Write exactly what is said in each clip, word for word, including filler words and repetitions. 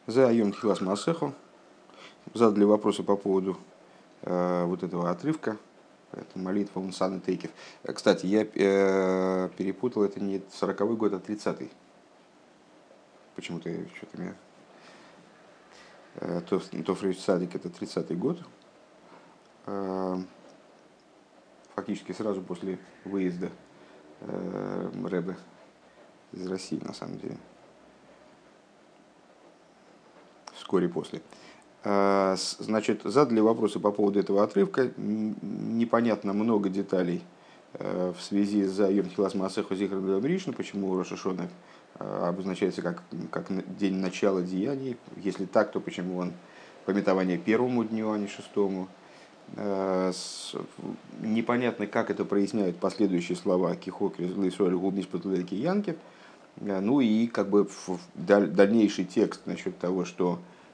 За Айом Тхилас Маасехо задали вопросы по поводу э, вот этого отрывка. Это молитва Унсана Тейкев. Кстати, я э, перепутал, это не сороковой год, а тридцатый. Почему-то что-то меня... Э, то, то Фрейш Садик это тридцатый год. Э, фактически сразу после выезда э, Ребе из России, на самом деле. Вскоре после. Значит, задали вопросы по поводу этого отрывка. Непонятно много деталей в связи с Йом Тхилас Маасехо Зихр Бришна, почему Рош ха-Шана обозначается как, как день начала деяний. Если так, то почему он памятование первому дню, а не шестому. Непонятно, как это проясняют последующие слова Кихок, Лисуэль, Губниш, Патулейки, Янкев. Ну и как бы дальнейший текст насчет того, что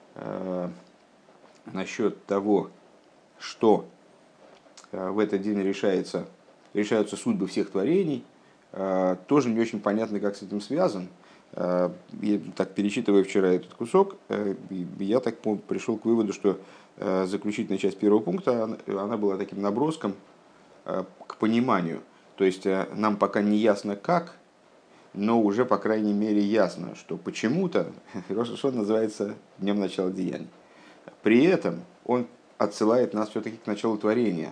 насчет того, что в этот день решается, решаются судьбы всех творений, тоже не очень понятно, как с этим связан. И так, перечитывая вчера этот кусок, я так пришел к выводу, что заключительная часть первого пункта, она была таким наброском к пониманию. То есть нам пока не ясно как, но уже, по крайней мере, ясно, что почему-то Рош ха-Шана называется Днем начала деяний. При этом он отсылает нас все-таки к началу творения.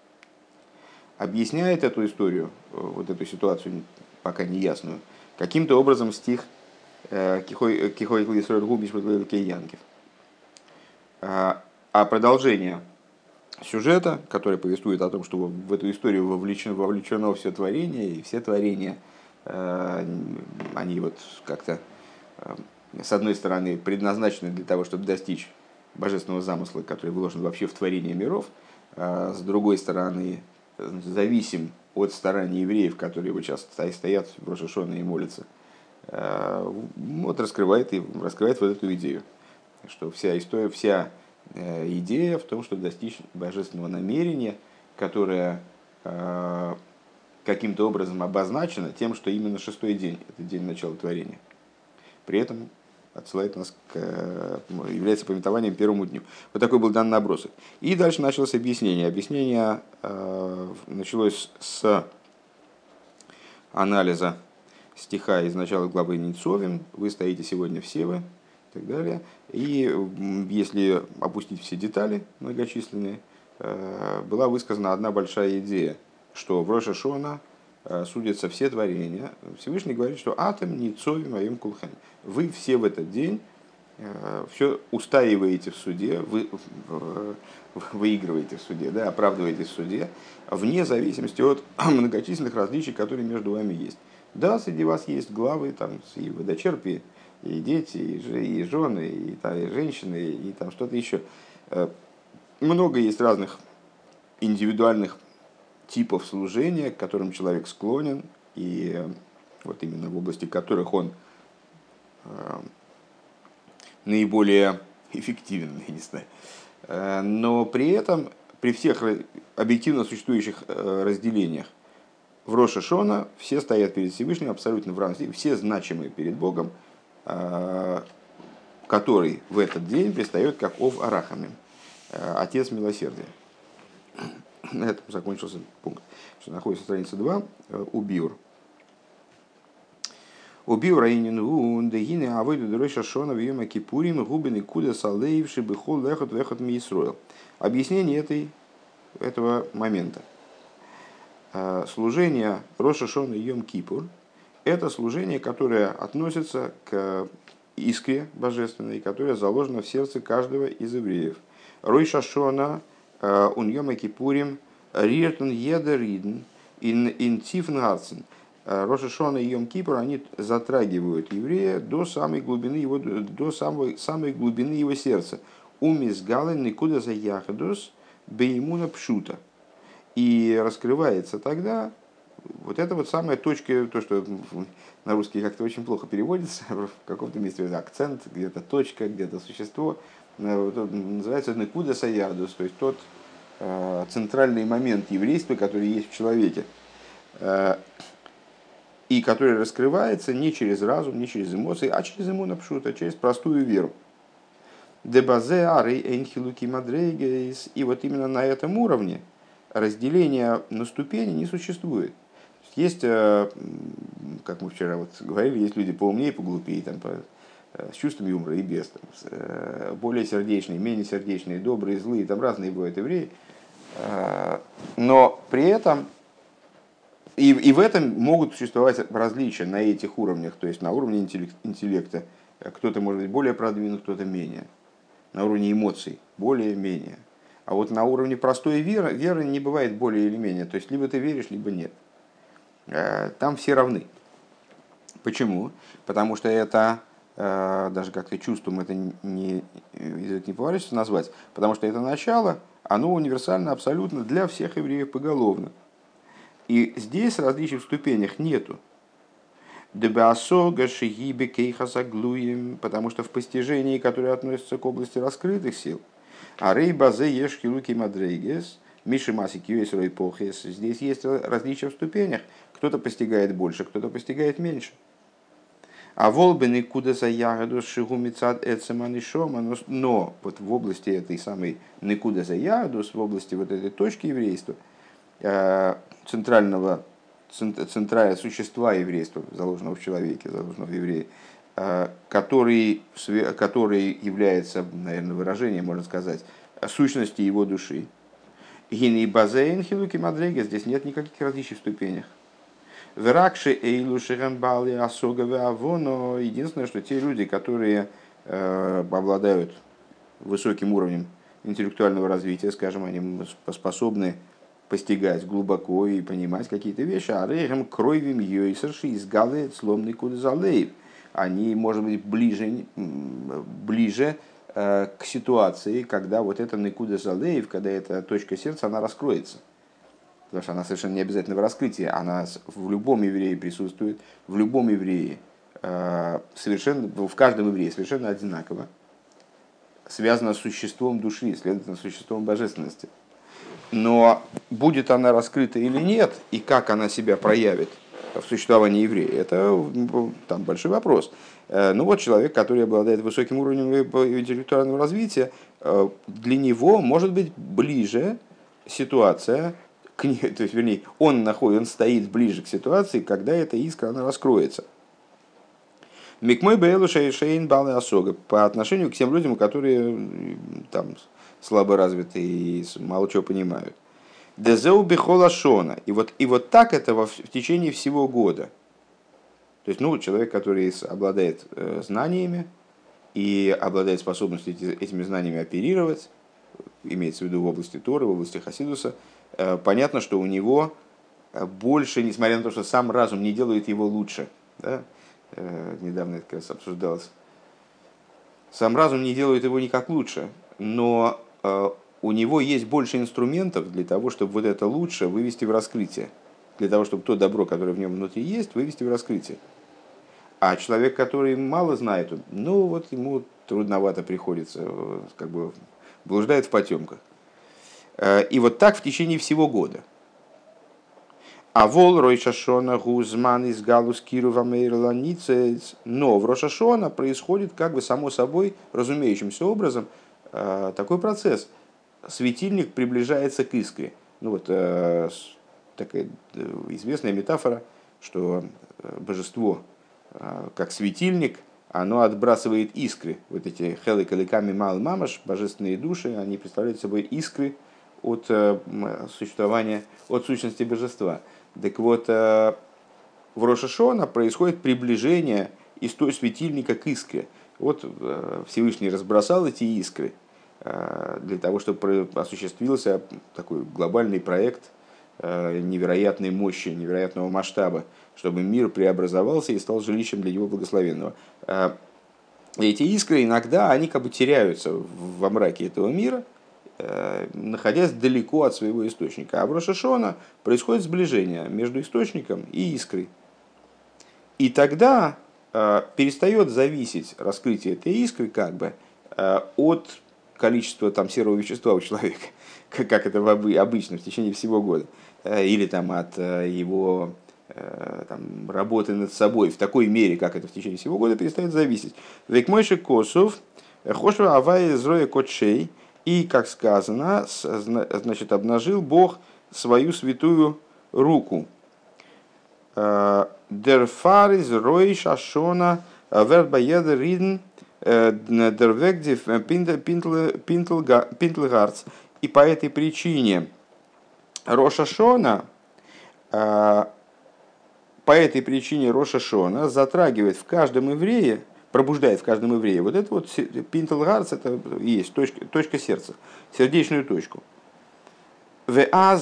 Объясняет эту историю, вот эту ситуацию, пока неясную, каким-то образом стих «Кихой Исроэль губиш Патулейки Янкев». А продолжение сюжета, который повествует о том, что в эту историю вовлечено, вовлечено все творение, и все творения, они вот как-то, с одной стороны, предназначены для того, чтобы достичь божественного замысла, который вложен вообще в творение миров, а с другой стороны, зависим от стараний евреев, которые вот сейчас стоят в Рош ха-Шана и молятся. Вот раскрывает, и раскрывает вот эту идею, что вся история, вся идея в том, чтобы достичь божественного намерения, которое каким-то образом обозначено тем, что именно шестой день – это день начала творения. При этом отсылает нас к, является памятованием первому дню. Вот такой был дан набросок. И дальше началось объяснение. Объяснение э, началось с анализа стиха из начала главы Ницовим. Вы стоите сегодня все вы, и так далее. И если опустить все детали многочисленные, э, была высказана одна большая идея, что в Рош ха-Шана судятся все творения. Всевышний говорит, что атом Ницовим Аем Кулхем. Вы все в этот день все устаиваете в суде, вы выигрываете в суде, да, оправдываете в суде, вне зависимости от многочисленных различий, которые между вами есть. Да, среди вас есть главы, там, и водочерпи, и дети, и жены, и, там, и женщины, и там что-то еще. Много есть разных индивидуальных типов служения, к которым человек склонен, и вот именно в области которых он э, наиболее эффективен, я не знаю. Э, но при этом, при всех объективно существующих э, разделениях, в Рош ха-Шана все стоят перед Всевышним абсолютно в равенстве, все значимые перед Богом, э, который в этот день предстает как Ов Арахамим, э, Отец Милосердия. На этом закончился пункт, что находится страница два, Убиур. Убиур аинин ун дегине авойду дорой шашона вьема кипурим губины куда салеевши бихол лехот вехот миисроил. Объяснение этой, этого момента. Служение Рош ха-Шана и Йом Кипур – это служение, которое относится к искре божественной, которое заложено в сердце каждого из евреев. Рош ха-Шана он Йом Кипурим риертун едеридн ин тифнгацен. Рош ха-Шана и Йом Кипур, они затрагивают еврея до самой глубины его, до самой, самой глубины его сердца. Умис гален никуда за яхдус беймуна пшута. И раскрывается тогда вот эта вот самая точка, то, что на русский как-то очень плохо переводится, в каком-то месте акцент, где-то точка, где-то существо, называется никуда за яхдус, то есть тот центральный момент еврейства, который есть в человеке, и который раскрывается не через разум, не через эмоции, а через иммунопшут, а через простую веру. Дебазе ары энхилуки мадрейгейс. И вот именно на этом уровне разделения на ступени не существует. Есть, как мы вчера вот говорили, есть люди поумнее, поглупее, там, по, с чувством юмора и без, там, более сердечные, менее сердечные, добрые, злые, там разные бывают евреи. Но при этом и, и в этом могут существовать различия на этих уровнях, то есть на уровне интеллекта. Кто-то может быть более продвинут, кто-то менее. На уровне эмоций более-менее. А вот на уровне простой веры, веры не бывает более или менее. То есть либо ты веришь, либо нет. Там все равны. Почему? Потому что это, даже как-то чувством это не, язык не поворачивается назвать, потому что это начало, оно универсально абсолютно для всех евреев поголовно. И здесь различий в ступенях нету. Потому что в постижении, которое относится к области раскрытых сил, а рей базе ешки луки мадрейгес, миши маси кьюэс рой похес, здесь есть различия в ступенях. Кто-то постигает больше, кто-то постигает меньше. А волбены куда за ягоду шигумицад эцеман и шома, но вот в области этой самой никуда за ягоду, в области вот этой точки еврейства, центрального, центрального существа еврейства, заложенного в человеке, заложенного в еврее, который, который является, наверное, выражением, можно сказать, сущности его души. Гини базейн хилуки мадрега, здесь нет никаких различий в ступенях. Веракши эйлу ширамбали асогове авоно. Единственное, что те люди, которые э, обладают высоким уровнем интеллектуального развития, скажем, они способны постигать глубоко и понимать какие-то вещи, а рейхем кровим йойсерши изгалает сломный кудзалеев. Они, может быть, ближе, ближе э, к ситуации, когда вот эта никуда залеев, когда эта точка сердца, она раскроется. Потому что она совершенно не обязательно в раскрытии, она в любом еврее присутствует, в любом еврее, совершенно, в каждом еврее совершенно одинаково, связана с существом души, следовательно, с существом божественности. Но будет она раскрыта или нет, и как она себя проявит в существовании еврея, это там большой вопрос. Ну вот человек, который обладает высоким уровнем интеллектуального развития, для него может быть ближе ситуация, к ней, то есть, вернее, он находит, он стоит ближе к ситуации, когда эта искра, она раскроется. Микмой бэлу шейшейн балы осога по отношению к тем людям, которые там слабо развиты и мало чего понимают. Дезеу бихола шона. И вот, и вот так это в, в течение всего года. То есть, ну, человек, который обладает э, знаниями и обладает способностью эти, этими знаниями оперировать, имеется в виду в области Торы, в области Хасидуса, понятно, что у него больше, несмотря на то, что сам разум не делает его лучше, да? Недавно это как раз обсуждалось, сам разум не делает его никак лучше, но у него есть больше инструментов для того, чтобы вот это лучше вывести в раскрытие, для того, чтобы то добро, которое в нем внутри есть, вывести в раскрытие. А человек, который мало знает, ну вот ему трудновато приходится, как бы блуждает в потемках. И вот так в течение всего года. А вол Ройшашона Гузман из Галус Кирова Мейрланицец. Но в Рошашона происходит как бы само собой разумеющимся образом такой процесс. Светильник приближается к искре. Ну вот такая известная метафора, что божество, как светильник, оно отбрасывает искры. Вот эти хелы каликами мал мамаш, божественные души, они представляют собой искры от существования, от сущности божества. Так вот, в Рош ха-Шана происходит приближение из той светильника к искре. Вот Всевышний разбросал эти искры для того, чтобы осуществился такой глобальный проект невероятной мощи, невероятного масштаба, чтобы мир преобразовался и стал жилищем для его благословенного. Эти искры иногда, они как бы теряются во мраке этого мира, находясь далеко от своего источника. А в Рош ха-Шана происходит сближение между источником и искрой. И тогда перестает зависеть раскрытие этой искры как бы от количества там, серого вещества у человека, как это обычно в течение всего года, или там, от его там, работы над собой в такой мере, как это в течение всего года, перестает зависеть. Векмойши косов Хошва авай зроя котшей, и, как сказано, значит, обнажил Бог свою святую руку. Дерфарис рой шашона вербаеда ридн дервегдив пинтлгарц. И по этой причине Роша Шона, по этой причине Роша Шона затрагивает в каждом еврее, пробуждает в каждом еврее вот это вот пинтлгарц, это и есть точка, точка сердца, сердечную точку. И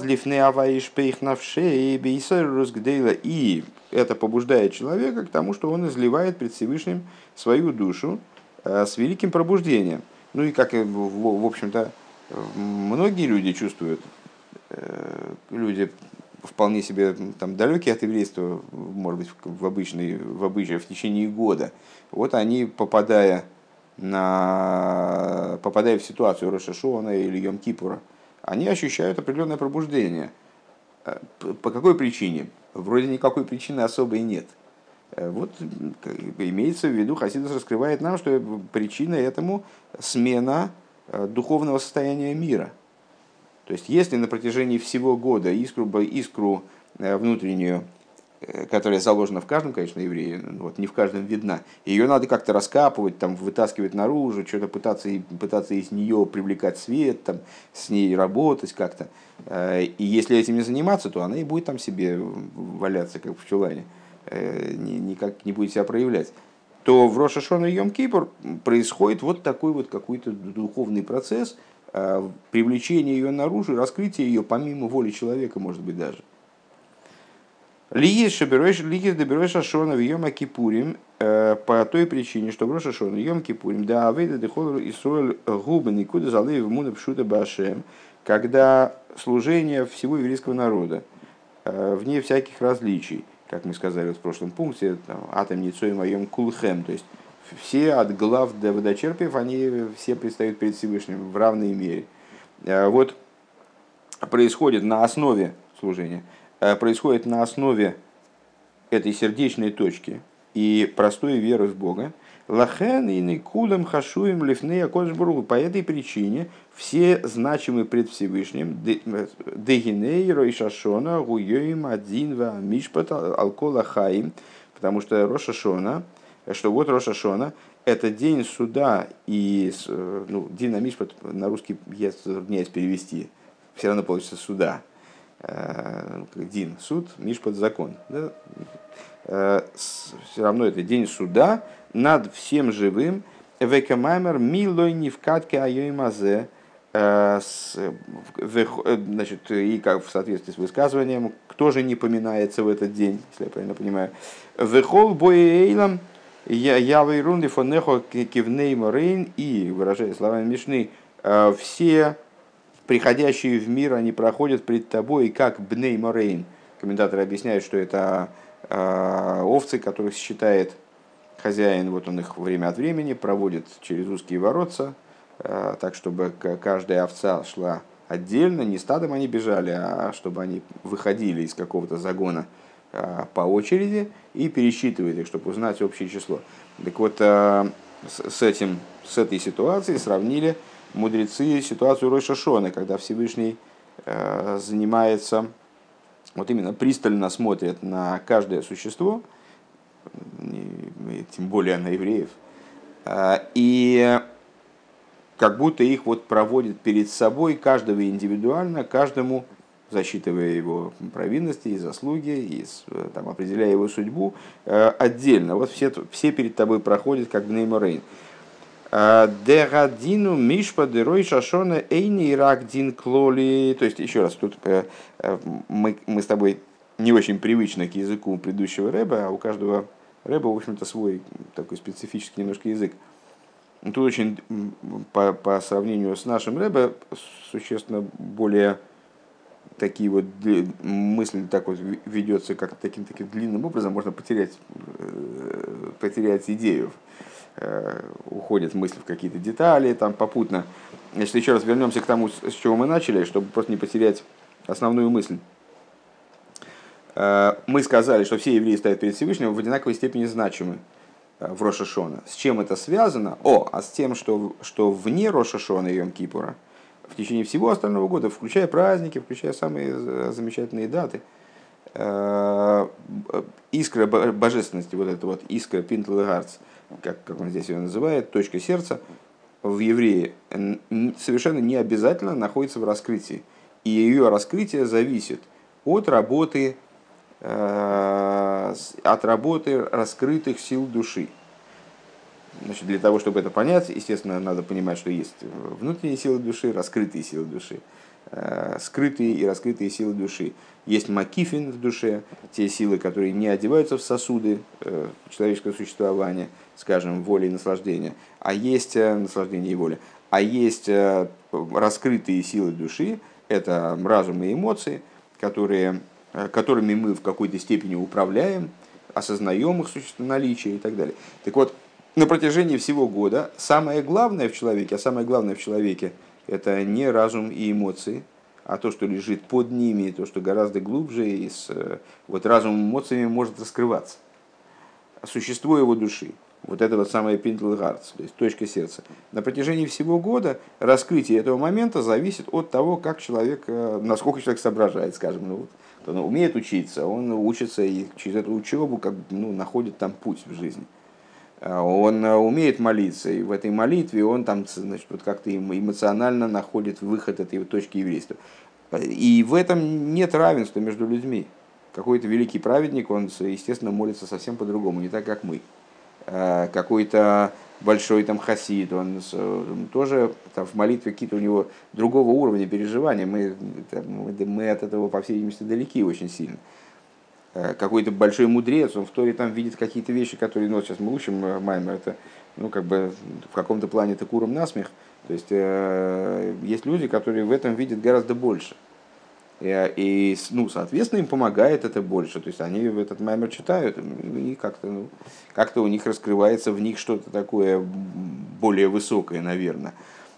это побуждает человека к тому, что он изливает пред Всевышним свою душу с великим пробуждением. Ну и как, в общем-то, многие люди чувствуют, люди вполне себе там, далекие от еврейства, может быть, в, обычной, в, обычной, в течение года, вот они, попадая, на, попадая в ситуацию Роша Шона или Йом-Кипура, они ощущают определенное пробуждение. По какой причине? Вроде никакой причины особой нет. Вот имеется в виду, Хасидус раскрывает нам, что причина этому смена духовного состояния мира. То есть, если на протяжении всего года искру, искру внутреннюю, которая заложена в каждом, конечно, еврее, вот, не в каждом видна, ее надо как-то раскапывать, там, вытаскивать наружу, что-то пытаться, пытаться из нее привлекать свет, там, с ней работать как-то. И если этим не заниматься, то она и будет там себе валяться, как в чулане, никак не будет себя проявлять. То в Рош ха-Шана и Йом-Кипур происходит вот такой вот какой-то духовный процесс, привлечение ее наружу, раскрытие ее помимо воли человека, может быть, даже. Лигис доберешь Ашона в Йома Кипурим по той причине, что в Рош ха-Шана и Йом Кипурим да авейда дехолу Исруэль губы никуда залей в муна пшута башем, когда служение всего еврейского народа вне всяких различий, как мы сказали вот в прошлом пункте, атом ницоим айом кулхем, то есть все от глав до водочерпиев, они все предстают перед Всевышним в равной мере. Вот происходит на основе служения, происходит на основе этой сердечной точки и простой веры в Бога. Лахен и никулем хашуем лифнея кодшбургу. По этой причине все значимы пред Всевышним. Дегиней ройшашона гуйоим один ва мишпат алкола хаим. Потому что Рош ха-Шона, что вот Рош ха-Шона это день суда и, ну, Дин Мишпат на русский я затрудняюсь перевести, все равно получится суда. Дин суд, Мишпат закон. Да? Все равно это день суда над всем живым. Векамаймер милой не в катке айоймазе. Значит, и как в соответствии с высказыванием, кто же не поминается в этот день, если я правильно понимаю. Вехол боейлам явой рунды фонехо кивней морейн, и, выражая словами Мишны, все приходящие в мир, они проходят пред тобой как бней морейн. Комментаторы объясняют, что это овцы, которых считает хозяин, вот он их время от времени проводит через узкие воротца, так, чтобы каждая овца шла отдельно, не стадом они бежали, а чтобы они выходили из какого-то загона по очереди и пересчитывает их, чтобы узнать общее число. Так вот, с, этим, с этой ситуацией сравнили мудрецы ситуацию Рош ха-Шона, когда Всевышний занимается, вот именно пристально смотрит на каждое существо, тем более на евреев, и как будто их вот проводит перед собой, каждого индивидуально, каждому засчитывая его провинности и заслуги, и там, определяя его судьбу отдельно. Вот все, все перед тобой проходят как бней морейн. Дегадину мишпа дерой шашона эйни рак дин клоли. То есть, еще раз, тут мы, мы с тобой не очень привычны к языку предыдущего рэба, а у каждого рэба, в общем-то, свой такой специфический немножко язык. Тут очень, по, по сравнению с нашим рэбе, существенно более такие вот мысли так вот ведется как таким таким длинным образом, можно потерять, потерять идею. Уходит мысль в какие-то детали, там попутно. Если еще раз вернемся к тому, с чего мы начали, чтобы просто не потерять основную мысль. Мы сказали, что все евреи стоят перед Всевышним в одинаковой степени значимы. в Рош ха-Шона. С чем это связано? О, а с тем, что, что вне Рош ха-Шона и Йом-Кипура, в течение всего остального года, включая праздники, включая самые замечательные даты, искра божественности, вот эта вот искра Пинтл-Гарц, как, как он здесь ее называет, точка сердца, в еврее совершенно не обязательно находится в раскрытии. И ее раскрытие зависит от работы, от работы раскрытых сил души. Значит, для того, чтобы это понять, естественно, надо понимать, что есть внутренние силы души, раскрытые силы души, скрытые и раскрытые силы души. Есть макифин в душе, те силы, которые не одеваются в сосуды человеческого существования, скажем, воли и наслаждения, а есть наслаждение и воля. А есть раскрытые силы души, это разум и эмоции, которые, которыми мы в какой-то степени управляем, осознаем их существенное наличие и так далее. Так вот, на протяжении всего года самое главное в человеке, а самое главное в человеке это не разум и эмоции, а то, что лежит под ними, то, что гораздо глубже, и с вот, разумом и эмоциями может раскрываться. Существо его души, вот это вот самое Пинтл-Гарц, то есть точка сердца. На протяжении всего года раскрытие этого момента зависит от того, как человек, насколько человек соображает, скажем, ну, вот, он умеет учиться, он учится и через эту учебу как, ну, находит там путь в жизни. Он умеет молиться, и в этой молитве он там, значит, вот как-то эмоционально находит выход этой точки еврейства. И в этом нет равенства между людьми. Какой-то великий праведник, он, естественно, молится совсем по-другому, не так, как мы. Какой-то большой там хасид, он тоже там, в молитве какие-то у него другого уровня переживания. Мы, мы от этого, по всей видимости, далеки очень сильно. Какой-то большой мудрец, он в Торе там видит какие-то вещи, которые, ну, сейчас мы учим Маймер, это, ну, как бы в каком-то плане это куром насмех. То есть, э, есть люди, которые в этом видят гораздо больше. И, и, ну, соответственно, им помогает это больше. То есть, они в этот Маймер читают, и как-то, ну, как-то у них раскрывается в них что-то такое более высокое, наверное.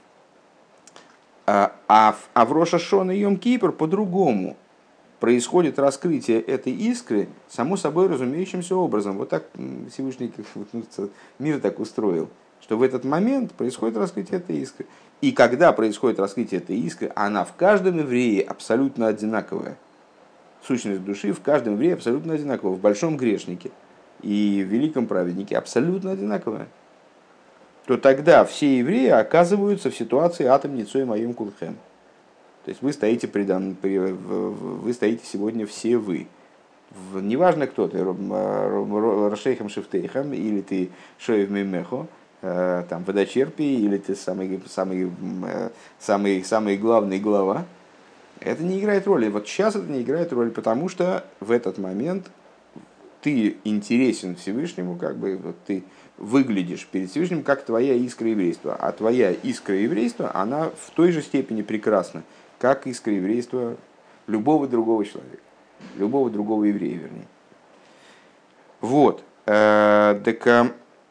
А, а, в, а в Рош ха-Шона и Йом-Кипур по-другому. Происходит раскрытие этой искры само собой разумеющимся образом. Вот так Всевышний мир так устроил, что в этот момент происходит раскрытие этой искры. И когда происходит раскрытие этой искры, она в каждом еврее абсолютно одинаковая. Сущность души в каждом еврее абсолютно одинаковая. В большом грешнике и в великом праведнике абсолютно одинаковая. То тогда все евреи оказываются в ситуации атом ницой моим кулхем. То есть вы стоите, предан, вы стоите сегодня все вы. Неважно, кто ты, Рашейхам Шифтейхам, или ты Шоев Мимехо, там, водочерпий, или ты самый, самый, самый, самый главный глава. Это не играет роли. Вот сейчас это не играет роли, потому что в этот момент ты интересен Всевышнему, как бы вот ты выглядишь перед Всевышним, как твоя искра еврейства. А твоя искра еврейства, она в той же степени прекрасна, как искра еврейства любого другого человека, любого другого еврея, вернее. Вот. Так,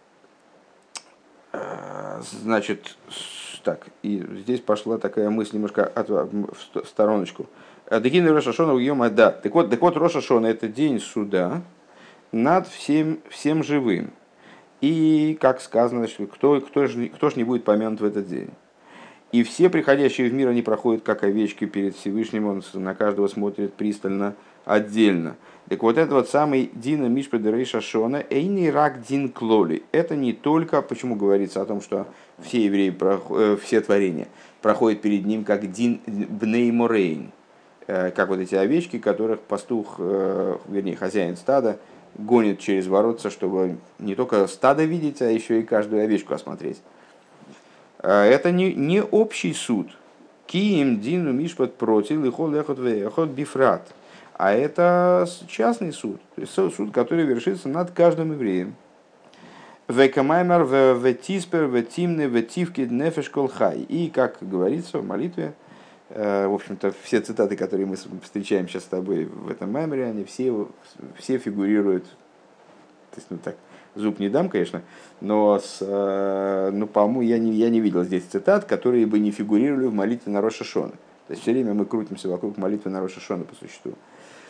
значит, так, и здесь пошла такая мысль немножко от, в стороночку. Декин Рош ха-Шона уйома, да. Так вот, так вот, Рош ха-Шона — это день суда над всем, всем живым. И, как сказано, кто, кто, ж, кто ж не будет помянут в этот день. И все приходящие в мир, они проходят как овечки перед Всевышним, он на каждого смотрит пристально, отдельно. Так вот, это вот самый Дина Мишпа де Рош ха-Шона, эйни рак дин клоли. Это не только, почему говорится о том, что все евреи, все творения проходят перед ним как дин бней морейн, как вот эти овечки, которых пастух, вернее, хозяин стада, гонит через воротца, чтобы не только стадо видеть, а еще и каждую овечку осмотреть. Это не, не общий суд. Киим дину мишпат против лихол эхот вехот бифрат. А это частный суд. То есть суд, который вершится над каждым евреем. Векамаймер ветиспер ветимне ветивки нефеш колхай. И, как говорится в молитве, в общем-то, все цитаты, которые мы встречаем сейчас с тобой в этом маймере, они все, все фигурируют, то есть, ну так, зуб не дам, конечно, но, с, ну, по-моему, я не, я не видел здесь цитат, которые бы не фигурировали в молитве на Рош ха-Шона. То есть все время мы крутимся вокруг молитвы на Рош ха-Шона по существу.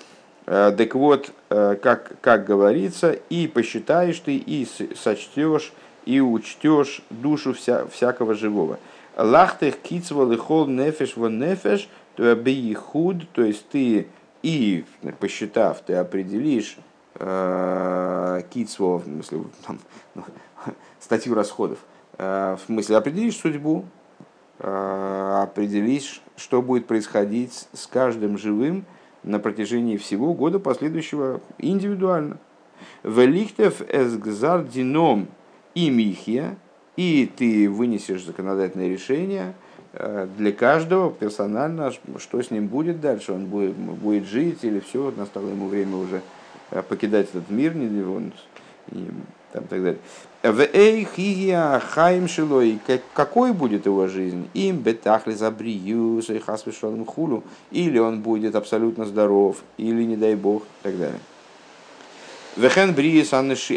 Так вот, как, как говорится, и посчитаешь ты, и сочтешь, и учтешь душу вся, всякого живого. Лахтех кицвал и хол нефеш во нефеш, то бейхуд, то есть ты и посчитав, ты определишь э, кицво, в смысле, там, ну, статью расходов, э, в смысле определишь судьбу, э, определишь, что будет происходить с каждым живым на протяжении всего года последующего индивидуально. Велихтев эсгзар дином и михия, и ты вынесешь законодательное решение для каждого персонально, что с ним будет дальше, он будет, будет жить или все, настало ему время уже покидать этот мир, не он, и там, так далее. В эй хигия хайм шилой, какой будет его жизнь? Им бетахли забрию, хасвишалым хулу, или он будет абсолютно здоров, или не дай бог, и так далее. Вехен бриес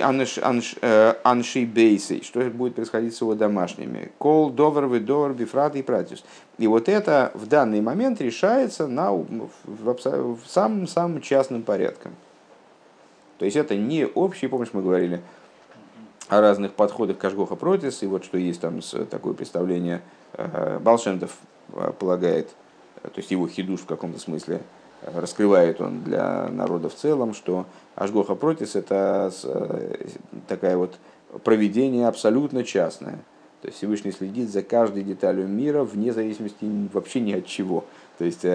анши бейсей, что будет происходить с его домашними? Кол довар ведовар бифрат и пратиус. И вот это в данный момент решается на, в, в самым самым частным порядком. То есть это не общая помощь, мы говорили о разных подходах к ашгоха протис, и вот что есть там такое представление, Баал Шем Тов полагает, то есть его хидуш в каком-то смысле раскрывает он для народа в целом, что ашгоха протис это такая вот провидение абсолютно частное. То есть Всевышний следит за каждой деталью мира вне зависимости вообще ни от чего. То есть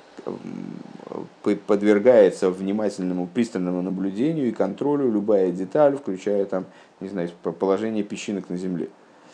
подвергается внимательному, пристальному наблюдению и контролю любая деталь, включая там, не знаю, положение песчинок на земле.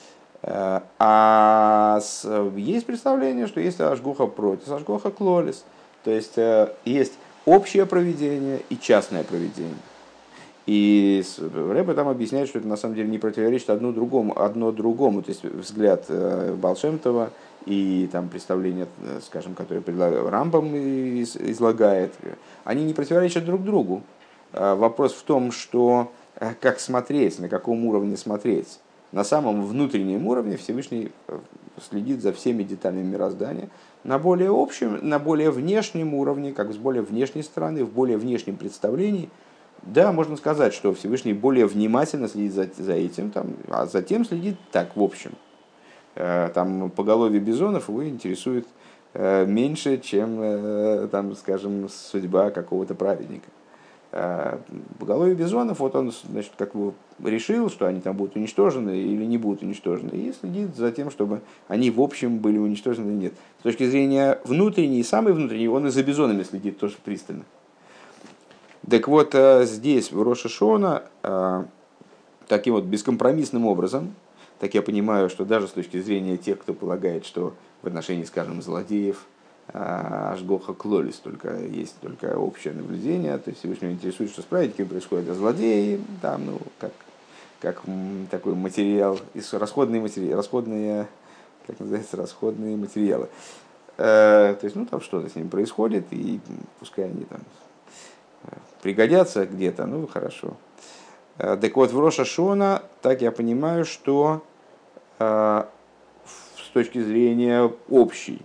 А есть представление, что есть ашгоха протис, ашгоха клолис. То есть есть общее провидение и частное провидение. И Ребе там объясняет, что это на самом деле не противоречит одно другому, одно другому. То есть взгляд Баал Шем Това и там представление, скажем, которое Рамбам излагает, они не противоречат друг другу. Вопрос в том, что как смотреть, на каком уровне смотреть. На самом внутреннем уровне Всевышний следит за всеми деталями мироздания. На более общем, на более внешнем уровне, как с более внешней стороны, в более внешнем представлении, да, можно сказать, что Всевышний более внимательно следит за, за этим, там, а затем следит так, в общем. Там поголовье бизонов его интересует меньше, чем, там, скажем, судьба какого-то праведника. Поголовье бизонов, вот он, значит, как бы решил, что они там будут уничтожены или не будут уничтожены, и следит за тем, чтобы они в общем были уничтожены или нет. С точки зрения внутренней, самой внутренней, он и за бизонами следит тоже пристально. Так вот, здесь, в Рош ха-Шана, таким вот бескомпромиссным образом, так я понимаю, что даже с точки зрения тех, кто полагает, что в отношении, скажем, злодеев, ашгоха клолис, только есть только общее наблюдение, то есть Всевышнего интересует, что с праведниками происходит, а злодеи, там, ну, как, как такой материал, расходные материалы, расходные, как называется, расходные материалы. То есть, ну, там что-то с ними происходит, и пускай они там пригодятся где-то, ну, хорошо. Так вот, в Рош ха-Шана, так я понимаю, что с точки зрения общей,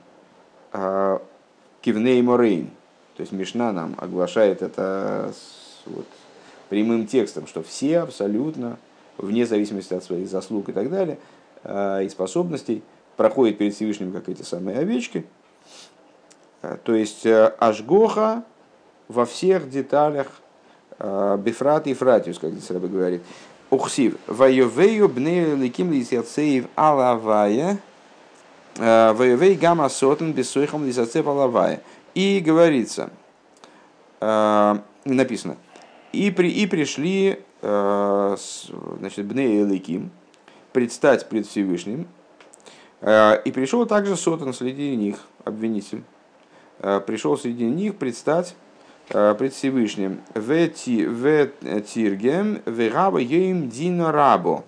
Кивней Морейн, то есть Мишна нам оглашает это вот прямым текстом, что все абсолютно, вне зависимости от своих заслуг и так далее, и способностей, проходят перед Всевышним, как эти самые овечки. То есть ашгоха во всех деталях, бифрат и фратиус, как здесь Ребе говорит. Ухсив, вайовею бнею ликим лисяцеев алавая, вайовей гамма сотен бессойхам лисяцев алавая. И говорится, написано, и, при, и пришли, значит, бнею ликим, предстать пред Всевышним, и пришел также сотен среди них, обвинитель, пришел среди них предстать пред Всевышним. В тиргем вегаба ейм дина рабо.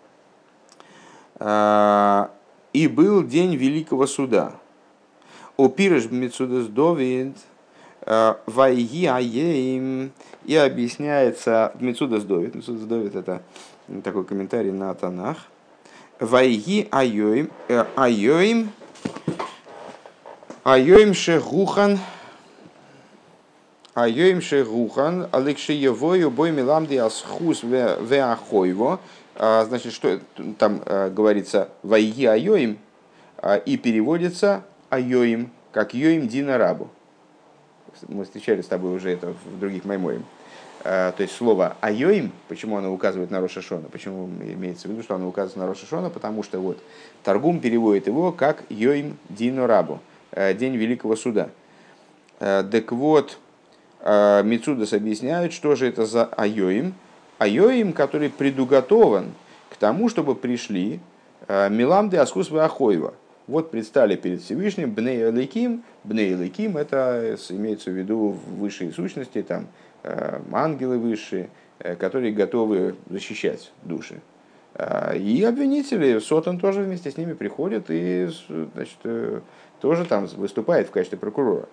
И был день великого суда. О пирыш бмитсудас довид вайги аейм. И объясняется бмитсудас довид. Бмитсудас довид — это такой комментарий на Танах. Вайги аейм аейм аейм шехухан Айоим шегухан, алексеевою бой миламди асхус веахойво. Значит, что там говорится вайги айоим и переводится айоим, как йоим дина рабу. Мы встречали с тобой уже это в других маймоим. То есть слово айоим, почему оно указывает на Рош ха-Шана, почему имеется в виду, что оно указывает на Рош ха-Шана, потому что вот Таргум переводит его как йоим дина рабу, день великого суда. Так вот, Мицудас объясняют, что же это за айоим. Айоим, который предуготован к тому, чтобы пришли миламды аскус веахойва. Вот предстали перед Всевышним бней элейким. Бней элейким — это имеется в виду высшие сущности, там ангелы высшие, которые готовы защищать души. И обвинители, Сотан тоже вместе с ними приходит и, значит, тоже там выступает в качестве прокурора.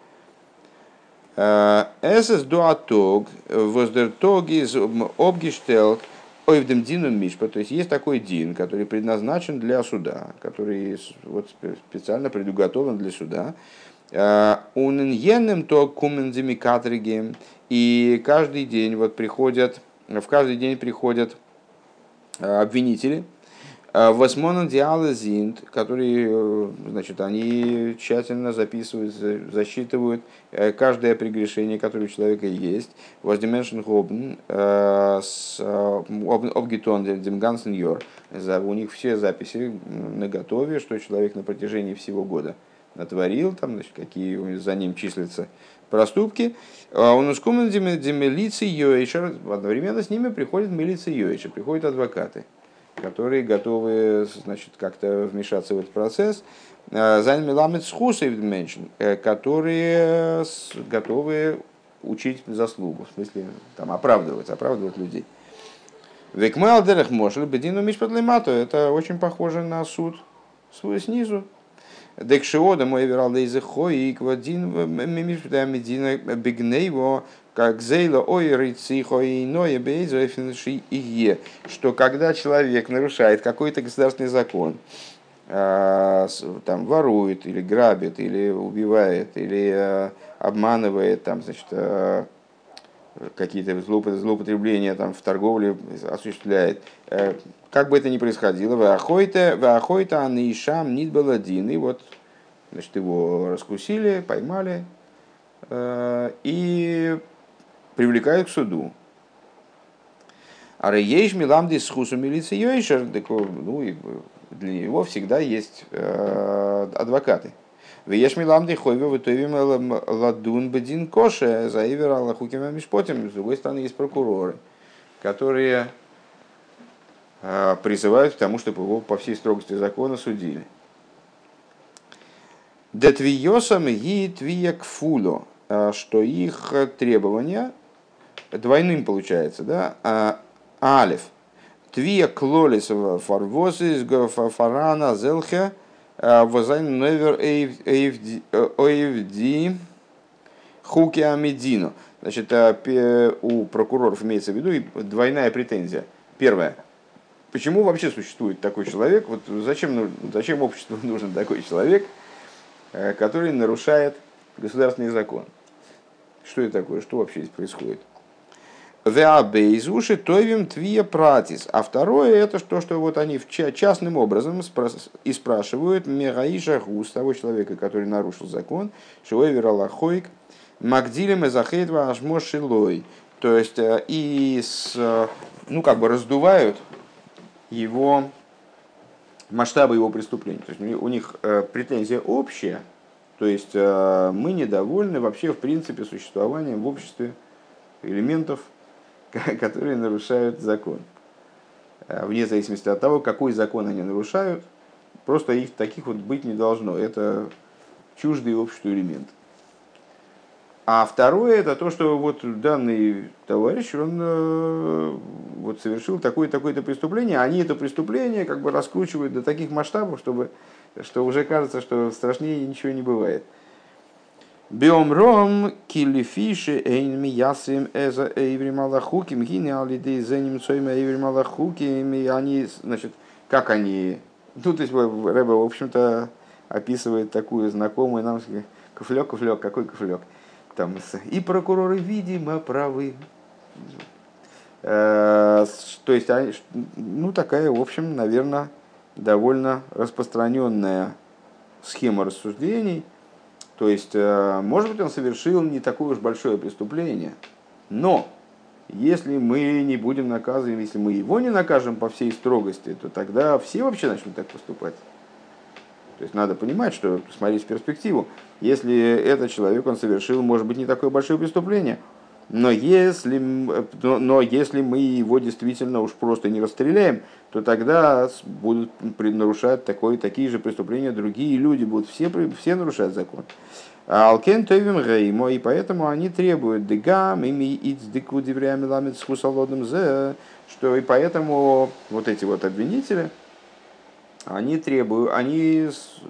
Эсэс дуатог воздертог из обгештелк ойвдем динун мишпа. То есть есть такой дин, который предназначен для суда, который вот специально предуготовлен для суда. Уненьенным то кумендемикатригем. И каждый день вот приходят, в каждый день приходят обвинители, восмонан диалазинт, которые, значит, они тщательно записывают, засчитывают каждое прегрешение, которое у человека есть. Воздименшн гобн обгитон демгансен йор. У них все записи наготове, что человек на протяжении всего года натворил, там, значит, какие за ним числятся проступки. Он ускумен демилиции йоишер. Одновременно с ними приходит милиция йоишер, приходят адвокаты, которые готовы, значит, как-то вмешаться в этот процесс, которые готовы учить заслугу, в смысле там, оправдывать, оправдывать людей. Это очень похоже на суд снизу. Декшиода мой верал лейзехой и квадин медина бигнейво как зейла ой рыцихо и иное бейзоэфинши и что когда человек нарушает какой-то государственный закон, там ворует или грабит или убивает или обманывает, там, значит, какие-то злоупотребления там, в торговле осуществляет, как бы это ни происходило, ваахойта анишам нит баладин, и вот, значит, его раскусили, поймали и привлекают к суду. А рейеш миламди с хусу милиции йойшер, ну и для него всегда есть адвокаты. Вееш миламди хойве вытовим ладун бедин коше заивер аллахуким амишпотим. С другой стороны, есть прокуроры, которые призывают к тому, чтобы его по всей строгости закона судили. Детвиосам ги твия кфуло, что их требования двойным получается, да? Алиф. Твия клолис фарвозис фарана зелхе возайн невер оевди хуки амедину. Значит, у прокуроров имеется в виду двойная претензия. Первое. Почему вообще существует такой человек? Вот зачем, зачем обществу нужен такой человек, который нарушает государственный закон? Что это такое? Что вообще здесь происходит? Веабейзуши тойвим твия пратис. А второе, это то, что вот они частным образом и спрашивают мегаиша гус, того человека, который нарушил закон, шиойвер аллахойк, магдилем эзахейдва ашмошилой. То есть и с, ну, как бы раздувают его масштабы его преступлений. То есть у них претензия общая, то есть мы недовольны вообще в принципе существованием в обществе элементов, которые нарушают закон. Вне зависимости от того, какой закон они нарушают, просто их таких вот быть не должно. Это чуждый обществу элемент. А второе, это то, что вот данный товарищ, он вот совершил такое-такое-то преступление, они это преступление как бы раскручивают до таких масштабов, чтобы, что уже кажется, что страшнее ничего не бывает. Биомром килифиши эйнми ясим эза эйври малахуким гини алидей за немцами эйври малахуким. Они, значит, как они, ну, то есть Рэбе, в общем-то, описывает такую знакомую нам кофлек, кофлек, какой кофлек? там, и прокуроры, видимо, правы. То есть, ну, такая, в общем, наверное, довольно распространенная схема рассуждений. То есть, может быть, он совершил не такое уж большое преступление, но если мы не будем наказывать, если мы его не накажем по всей строгости, то тогда все вообще начнут так поступать. То есть надо понимать, что смотреть в перспективу. Если этот человек, он совершил, может быть, не такое большое преступление, но если, но, но если мы его действительно уж просто не расстреляем, то тогда будут нарушать такое, такие же преступления другие люди, будут все, все нарушать закон. Алкен тойвим геймо, и поэтому они требуют дегам, ими ицдыку диврями ламит с хусалодом зе, что и поэтому вот эти вот обвинители, они требуют, они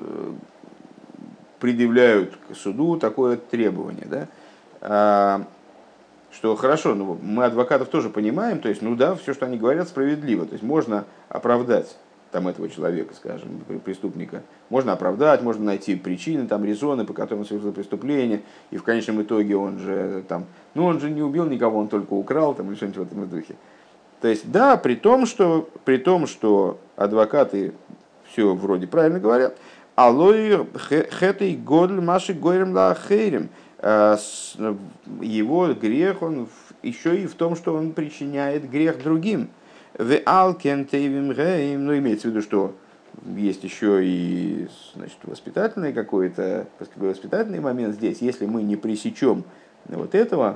предъявляют к суду такое требование, да, что хорошо, ну, мы адвокатов тоже понимаем, то есть, ну да, все, что они говорят, справедливо, то есть можно оправдать там этого человека, скажем, преступника, можно оправдать, можно найти причины, там, резоны, по которым он совершил преступление, и в конечном итоге он же там, ну он же не убил никого, он только украл, там, или что-нибудь в этом духе. То есть, да, при том, что, при том, что адвокаты все вроде правильно говорят, алой хэтэй годль маши гойрем ла хейрем, его грех, он еще и в том, что он причиняет грех другим. В алкен тейвим гейм, ну имеется в виду, что есть еще и, значит, воспитательный какой-то воспитательный момент здесь. Если мы не пресечем вот этого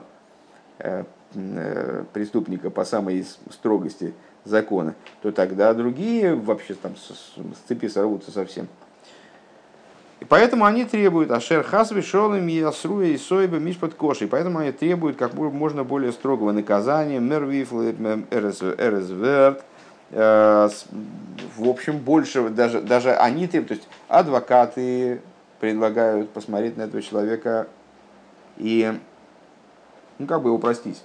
преступника по самой строгости закона, то тогда другие вообще там с цепи сорвутся совсем. И поэтому они требуют ашер хасви шолым ясруя и сойба мишпат коши. Поэтому они требуют как можно более строгого наказания, мервифл, эресверт. В общем, больше, даже, даже они требуют, то есть адвокаты предлагают посмотреть на этого человека и, ну, как бы его простить.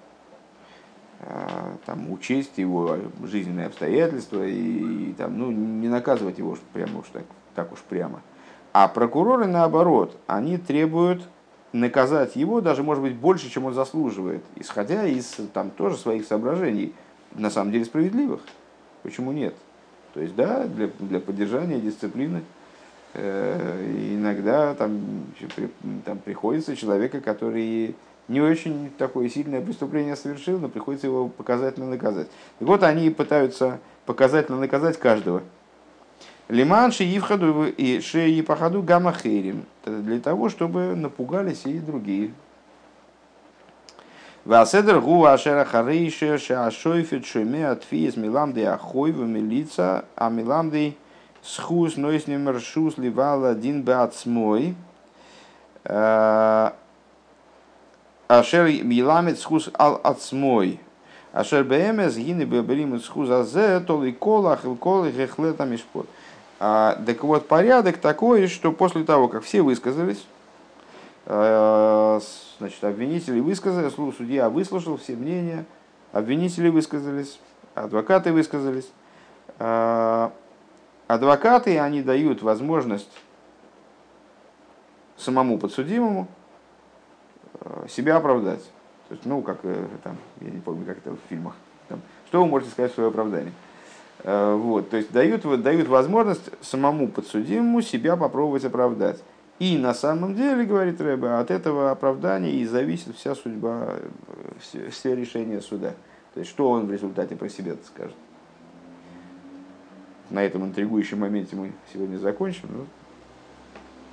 Там, учесть его жизненные обстоятельства и, и там, ну, не наказывать его прямо уж так, так уж прямо. А прокуроры, наоборот, они требуют наказать его даже, может быть, больше, чем он заслуживает, исходя из там, тоже своих соображений, на самом деле справедливых. Почему нет? То есть, да, для, для поддержания дисциплины э, иногда там, при, там приходится человека, который не очень такое сильное преступление совершил, но приходится его показательно наказать. И вот они пытаются показательно наказать каждого. Лиман шеивхаду и шеипахаду гамахерим. Для того, чтобы напугались и другие. Васедер гу ашера харейше шаашойфет шойме атфиес миламды ахойва милица, а миламды схус нойснем ршус ливала один бацмой. Ашер миламет схус ал ацмой. Ашер бэмэс гины бэбрим схус азе толи колах и колы гехлета мишпот. Так вот, порядок такой, что после того, как все высказались, значит, обвинители высказались, судья выслушал все мнения, обвинители высказались, адвокаты высказались. Адвокаты, они дают возможность самому подсудимому себя оправдать. То есть, ну, как там, я не помню, как это в фильмах. Там, что вы можете сказать в свое оправдание? Вот, то есть дают, дают возможность самому подсудимому себя попробовать оправдать. И на самом деле, говорит Рэбе, от этого оправдания и зависит вся судьба, все, все решения суда. То есть, что он в результате про себя скажет. На этом интригующем моменте мы сегодня закончим.